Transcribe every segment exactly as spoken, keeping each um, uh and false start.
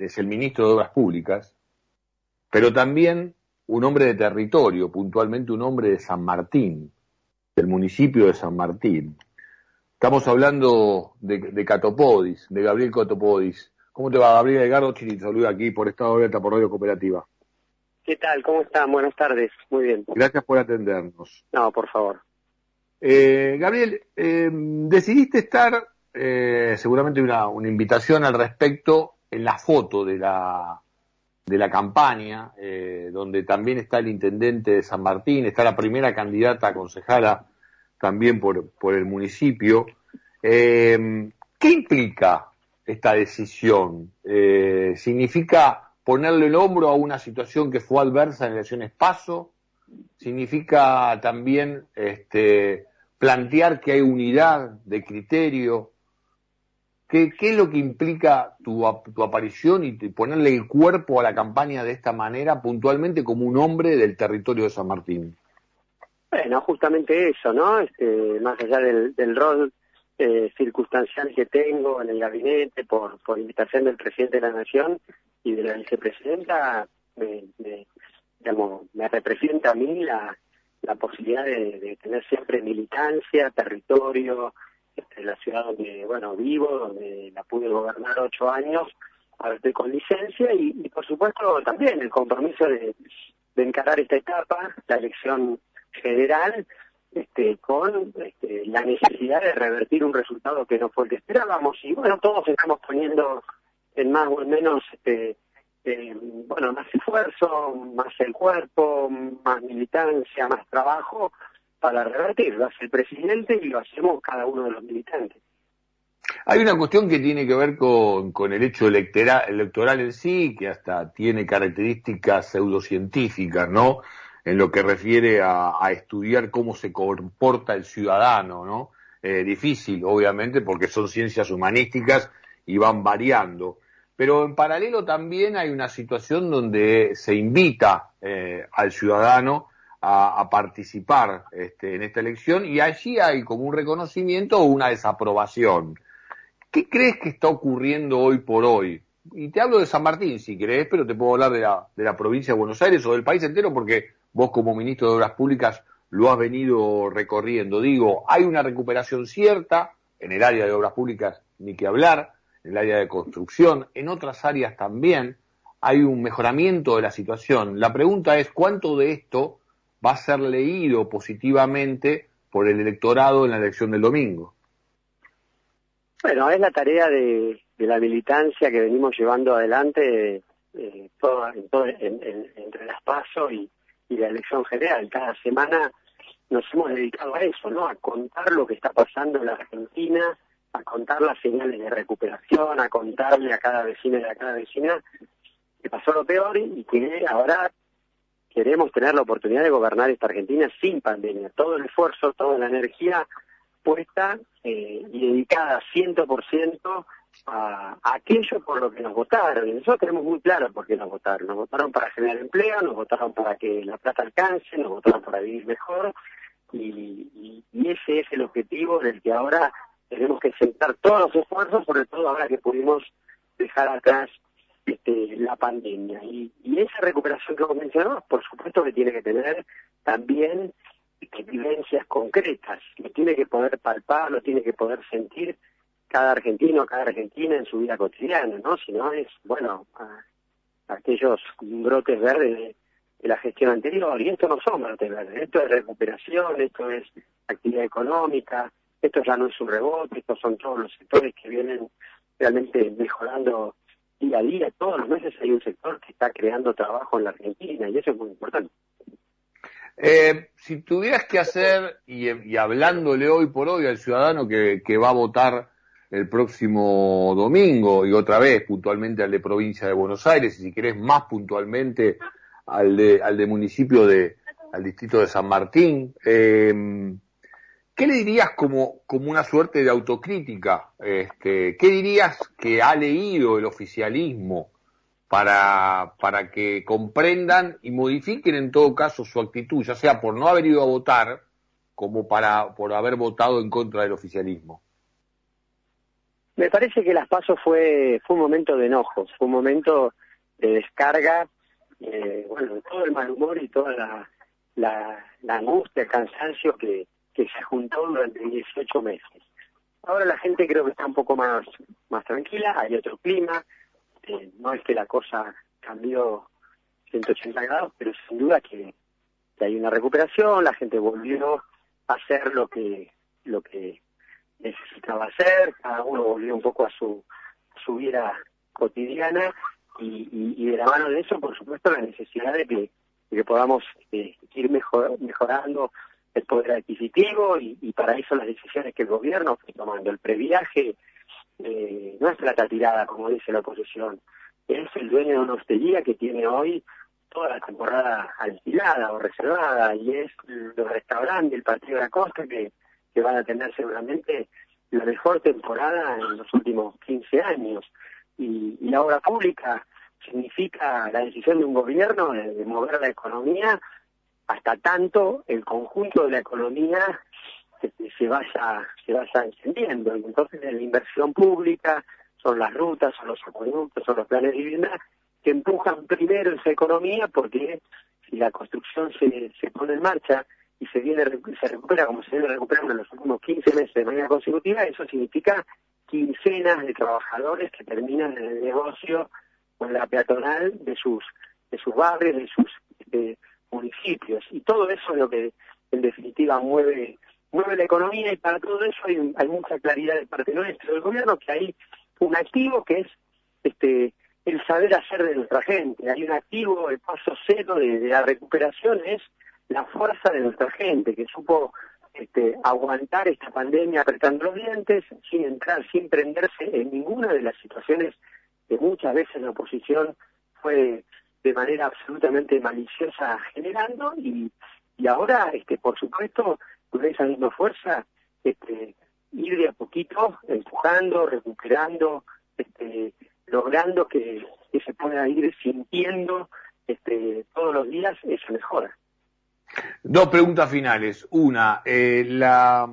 este, es el ministro de Obras Públicas, pero también un hombre de territorio, puntualmente un hombre de San Martín, del municipio de San Martín. Estamos hablando de, de Catopodis, de Gabriel Catopodis. ¿Cómo te va, Gabriel? Edgardo Chiri te saluda aquí por Estado de Alerta por Radio Cooperativa. ¿Qué tal? ¿Cómo están? Buenas tardes. Muy bien. Gracias por atendernos. No, por favor. Eh, Gabriel, eh, decidiste estar, eh, seguramente una, una invitación al respecto, en la foto de la de la campaña, eh, donde también está el intendente de San Martín, está la primera candidata a concejala también por, por el municipio. Eh, ¿Qué implica esta decisión? Eh, ¿Significa ponerle el hombro a una situación que fue adversa en elecciones PASO? ¿Significa también este, plantear que hay unidad de criterio? ¿Qué, ¿Qué es lo que implica tu, tu aparición y ponerle el cuerpo a la campaña de esta manera, puntualmente como un hombre del territorio de San Martín? Bueno, justamente eso, ¿no? Este, más allá del, del rol eh, circunstancial que tengo en el gabinete por, por invitación del presidente de la Nación y de la vicepresidenta, me, me, digamos, me representa a mí la, la posibilidad de, de tener siempre militancia, territorio, este, la ciudad donde, bueno, vivo, donde la pude gobernar ocho años, ahora estoy con licencia y, y por supuesto también el compromiso de, de encarar esta etapa, la elección general, este, con este, la necesidad de revertir un resultado que no fue el que esperábamos y bueno, todos estamos poniendo en más o en menos este, eh, bueno, más esfuerzo, más el cuerpo, más militancia, más trabajo para revertir. Lo hace el presidente y lo hacemos cada uno de los militantes. Hay una cuestión que tiene que ver con, con el hecho electoral, electoral en sí, que hasta tiene características pseudocientíficas, ¿no? En lo que refiere a, a estudiar cómo se comporta el ciudadano, ¿no? Eh, difícil, obviamente, porque son ciencias humanísticas y van variando. Pero en paralelo también hay una situación donde se invita eh, al ciudadano a, a participar este, en esta elección y allí hay como un reconocimiento o una desaprobación. ¿Qué crees que está ocurriendo hoy por hoy? Y te hablo de San Martín, si querés, pero te puedo hablar de la, de la provincia de Buenos Aires o del país entero porque vos como ministro de Obras Públicas lo has venido recorriendo. Digo, hay una recuperación cierta en el área de Obras Públicas, ni que hablar, en el área de construcción, en otras áreas también hay un mejoramiento de la situación. La pregunta es, ¿cuánto de esto va a ser leído positivamente por el electorado en la elección del domingo? Bueno, es la tarea de, de la militancia que venimos llevando adelante eh, toda, en todo, en, en, entre las PASO y, y la elección general. Cada semana nos hemos dedicado a eso, ¿no? A contar lo que está pasando en la Argentina, a contar las señales de recuperación, a contarle a cada vecina y a cada vecina que pasó lo peor y que ahora queremos tener la oportunidad de gobernar esta Argentina sin pandemia. Todo el esfuerzo, toda la energía puesta eh, y dedicada cien por ciento a, a aquello por lo que nos votaron. Y nosotros tenemos muy claro por qué nos votaron. Nos votaron para generar empleo, nos votaron para que la plata alcance, nos votaron para vivir mejor y, y, y ese es el objetivo del que ahora tenemos que centrar todos los esfuerzos, sobre todo ahora que pudimos dejar atrás Este, la pandemia. Y, y esa recuperación que vos mencionabas, por supuesto que tiene que tener también este, vivencias concretas, lo tiene que poder palpar, lo tiene que poder sentir cada argentino, cada argentina en su vida cotidiana, ¿no? Si no es, bueno, a, a aquellos brotes verdes de, de la gestión anterior, y esto no son brotes verdes, esto es recuperación, esto es actividad económica, esto ya no es un rebote, estos son todos los sectores que vienen realmente mejorando día a día. Todos los meses hay un sector que está creando trabajo en la Argentina y eso es muy importante. Eh, si tuvieras que hacer, y, y hablándole hoy por hoy al ciudadano que, que va a votar el próximo domingo, y otra vez puntualmente al de provincia de Buenos Aires, y si querés más puntualmente al de, al de municipio de, al distrito de San Martín, eh, ¿qué le dirías como, como una suerte de autocrítica? Este, ¿qué dirías que ha leído el oficialismo para, para que comprendan y modifiquen en todo caso su actitud, ya sea por no haber ido a votar, como para por haber votado en contra del oficialismo? Me parece que las PASO fue, fue un momento de enojo, fue un momento de descarga, eh, bueno, de todo el mal humor y toda la, la, la angustia, el cansancio que, que se juntó durante dieciocho meses. Ahora la gente creo que está un poco más, más tranquila, hay otro clima, eh, no es que la cosa cambió ciento ochenta grados, pero sin duda que, que hay una recuperación, la gente volvió a hacer lo que, lo que necesitaba hacer, cada uno volvió un poco a su, a su vida cotidiana y, y, y de la mano de eso, por supuesto, la necesidad de que, de que podamos eh, ir mejor, mejorando el poder adquisitivo y, y para eso las decisiones que el gobierno fue tomando. El previaje eh, no es plata tirada, como dice la oposición, es el dueño de una hostería que tiene hoy toda la temporada alquilada o reservada y es los restaurantes, el Partido de la Costa que que van a tener seguramente la mejor temporada en los últimos quince años. Y, y la obra pública significa la decisión de un gobierno de, de mover la economía hasta tanto el conjunto de la economía se, se vaya se vaya encendiendo. Y entonces la inversión pública son las rutas, son los acueductos, son los planes de vivienda que empujan primero esa economía, porque si la construcción se, se pone en marcha y se viene se recupera como se viene recuperando en los últimos quince meses de manera consecutiva, eso significa quincenas de trabajadores que terminan en el negocio con la peatonal de sus de sus barrios, de sus de municipios, y todo eso es lo que en definitiva mueve mueve la economía, y para todo eso hay, hay mucha claridad de parte nuestra del gobierno, que hay un activo que es este el saber hacer de nuestra gente, hay un activo, el paso cero de, de la recuperación es la fuerza de nuestra gente, que supo este, aguantar esta pandemia apretando los dientes, sin entrar, sin prenderse en ninguna de las situaciones que muchas veces la oposición fue de manera absolutamente maliciosa generando, y, y ahora, este, por supuesto, con esa misma fuerza, este, ir de a poquito, empujando, recuperando, este, logrando que, que se pueda ir sintiendo este, todos los días esa mejora. Dos preguntas finales. Una, eh, la,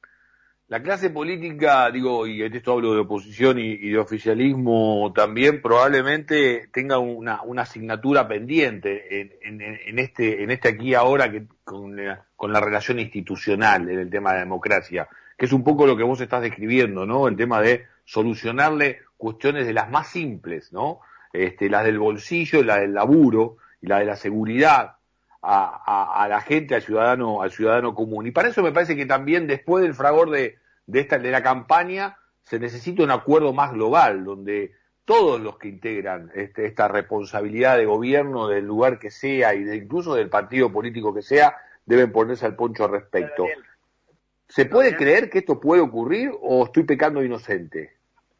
la clase política, digo, y en esto hablo de oposición y, y de oficialismo también, probablemente tenga una, una asignatura pendiente en, en, en este en este aquí y ahora que con, con la relación institucional en el tema de la democracia, que es un poco lo que vos estás describiendo, ¿no? El tema de solucionarle cuestiones de las más simples, ¿no? Este, las del bolsillo, la del laburo y la de la seguridad. A, a, a la gente, al ciudadano, al ciudadano común. Y para eso me parece que también después del fragor de, de esta, de la campaña, se necesita un acuerdo más global, donde todos los que integran este, esta responsabilidad de gobierno, del lugar que sea, y de, incluso del partido político que sea, deben ponerse al poncho al respecto. ¿Se puede creer que esto puede ocurrir o estoy pecando inocente?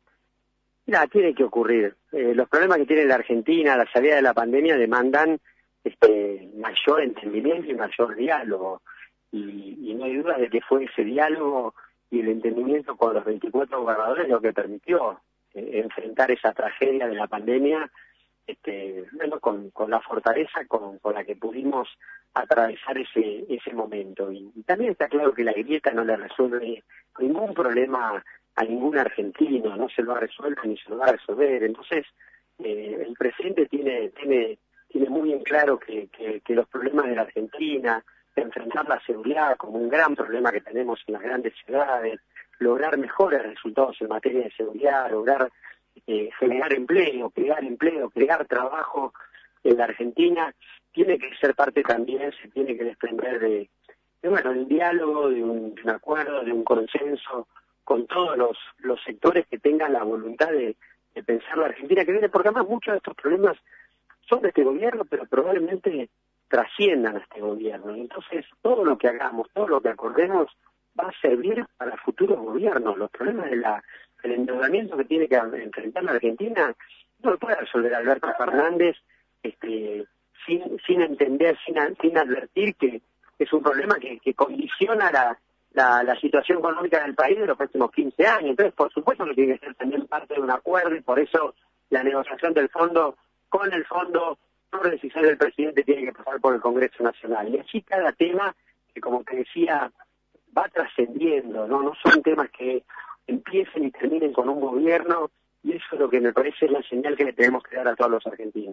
Mira, tiene que ocurrir. Eh, los problemas que tiene la Argentina, la salida de la pandemia, demandan este mayor entendimiento y mayor diálogo, y, y no hay duda de que fue ese diálogo y el entendimiento con los veinticuatro gobernadores lo que permitió eh, enfrentar esa tragedia de la pandemia este bueno con, con la fortaleza con, con la que pudimos atravesar ese ese momento. Y, y también está claro que la grieta no le resuelve ningún problema a ningún argentino, no se lo ha resuelto ni se lo va a resolver. Entonces eh, el presidente tiene tiene tiene muy bien claro que, que, que los problemas de la Argentina, de enfrentar la seguridad como un gran problema que tenemos en las grandes ciudades, lograr mejores resultados en materia de seguridad, lograr eh, generar empleo, crear empleo, crear trabajo en la Argentina, tiene que ser parte también, se tiene que desprender de, de bueno, del diálogo, de un, de un acuerdo, de un consenso con todos los, los sectores que tengan la voluntad de, de pensar la Argentina que viene, porque además muchos de estos problemas son de este gobierno, pero probablemente trasciendan a este gobierno. Entonces, todo lo que hagamos, todo lo que acordemos, va a servir para futuros gobiernos. Los problemas de la, del endeudamiento que tiene que enfrentar la Argentina no lo puede resolver Alberto Fernández este, sin, sin entender, sin, sin advertir que es un problema que, que condiciona la, la, la situación económica del país de los próximos quince años. Entonces, por supuesto que tiene que ser también parte de un acuerdo, y por eso la negociación del fondo con el fondo, por decisión del presidente, tiene que pasar por el Congreso Nacional. Y así cada tema, que como te decía, va trascendiendo, ¿no? No son temas que empiecen y terminen con un gobierno, y eso es lo que me parece es la señal que le tenemos que dar a todos los argentinos.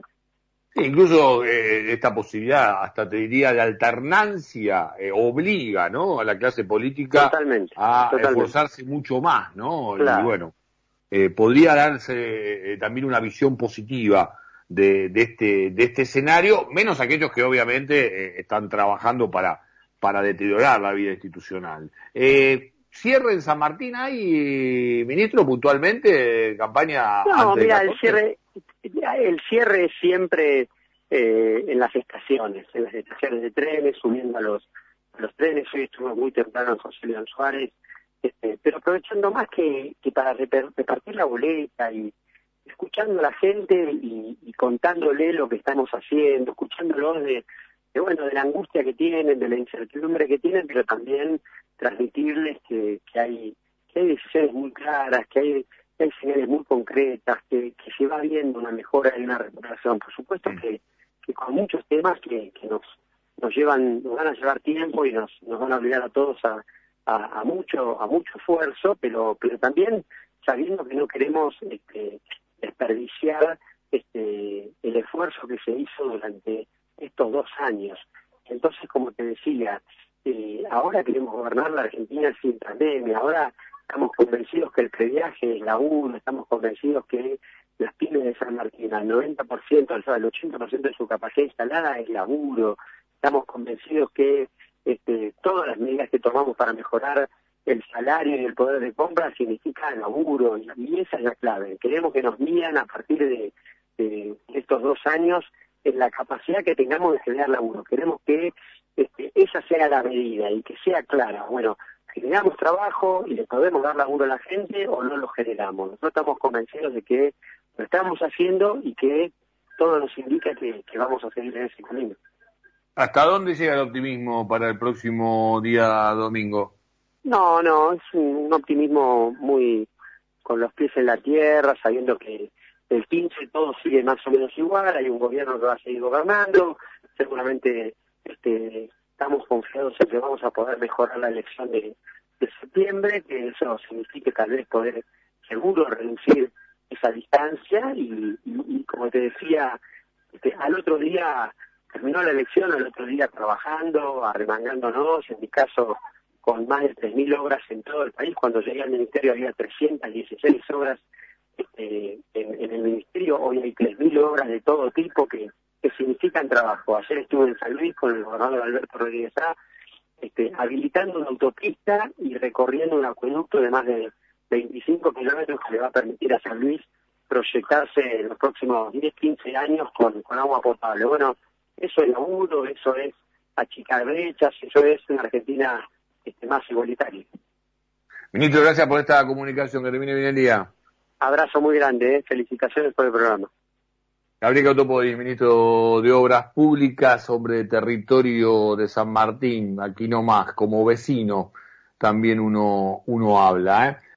Incluso eh, esta posibilidad, hasta te diría, de alternancia, eh, obliga, ¿no?, a la clase política totalmente, a totalmente. esforzarse mucho más, ¿no? Claro. Y bueno, eh, podría darse eh, también una visión positiva de, de este de este escenario, menos aquellos que obviamente eh, están trabajando para para deteriorar la vida institucional. Eh, ¿Cierre en San Martín hay, ministro, puntualmente, campaña No, antes mira, del el catorce? cierre, el cierre es siempre eh, en las estaciones, en las estaciones de trenes, subiendo a los, a los trenes. Hoy estuve muy temprano en José León Suárez, este, pero aprovechando más que, que para reper, repartir la boleta y escuchando a la gente y, y contándole lo que estamos haciendo, escuchándolos de, de, bueno, de la angustia que tienen, de la incertidumbre que tienen, pero también transmitirles que, que hay que hay decisiones muy claras, que hay, que hay señales muy concretas, que, que se va viendo una mejora y una recuperación. Por supuesto que, que con muchos temas que, que nos nos llevan, nos van a llevar tiempo y nos, nos van a obligar a todos a, a, a mucho a mucho esfuerzo, pero pero también sabiendo que no queremos este, desperdiciar este, el esfuerzo que se hizo durante estos dos años. Entonces, como te decía, eh, ahora queremos gobernar la Argentina sin pandemia, ahora estamos convencidos que el previaje es la uno, estamos convencidos que las pymes de San Martín, al noventa por ciento, al ochenta por ciento de su capacidad instalada es laburo, estamos convencidos que este, todas las medidas que tomamos para mejorar el salario y el poder de compra significa laburo, y, y esa es la clave. Queremos que nos midan a partir de, de estos dos años en la capacidad que tengamos de generar laburo. Queremos que este, esa sea la medida y que sea clara. Bueno, generamos trabajo y le podemos dar laburo a la gente o no lo generamos. Nosotros estamos convencidos de que lo estamos haciendo y que todo nos indica que, que vamos a seguir en ese camino. ¿Hasta dónde llega el optimismo para el próximo día domingo? No, no, es un, un optimismo muy con los pies en la tierra, sabiendo que el quince todo sigue más o menos igual, hay un gobierno que va a seguir gobernando, seguramente este, estamos confiados en que vamos a poder mejorar la elección de, de septiembre, que eso signifique tal vez poder seguro reducir esa distancia y, y, y como te decía, este, al otro día terminó la elección, al otro día trabajando, arremangándonos, en mi caso con más de tres mil obras en todo el país. Cuando llegué al ministerio había trescientas dieciséis obras este, en, en el ministerio, hoy hay tres mil obras de todo tipo que, que significan trabajo. Ayer estuve en San Luis con el gobernador Alberto Rodríguez Sá, este, habilitando una autopista y recorriendo un acueducto de más de veinticinco kilómetros que le va a permitir a San Luis proyectarse en los próximos diez, quince años con, con agua potable. Bueno, eso es laburo, eso es achicar brechas, eso es una Argentina este, más igualitaria. Ministro, gracias por esta comunicación, que termine bien el día. Abrazo muy grande, ¿eh? Felicitaciones por el programa. Gabriel Cautopodis, ministro de Obras Públicas, sobre territorio de San Martín, aquí nomás, como vecino, también uno, uno habla, ¿eh?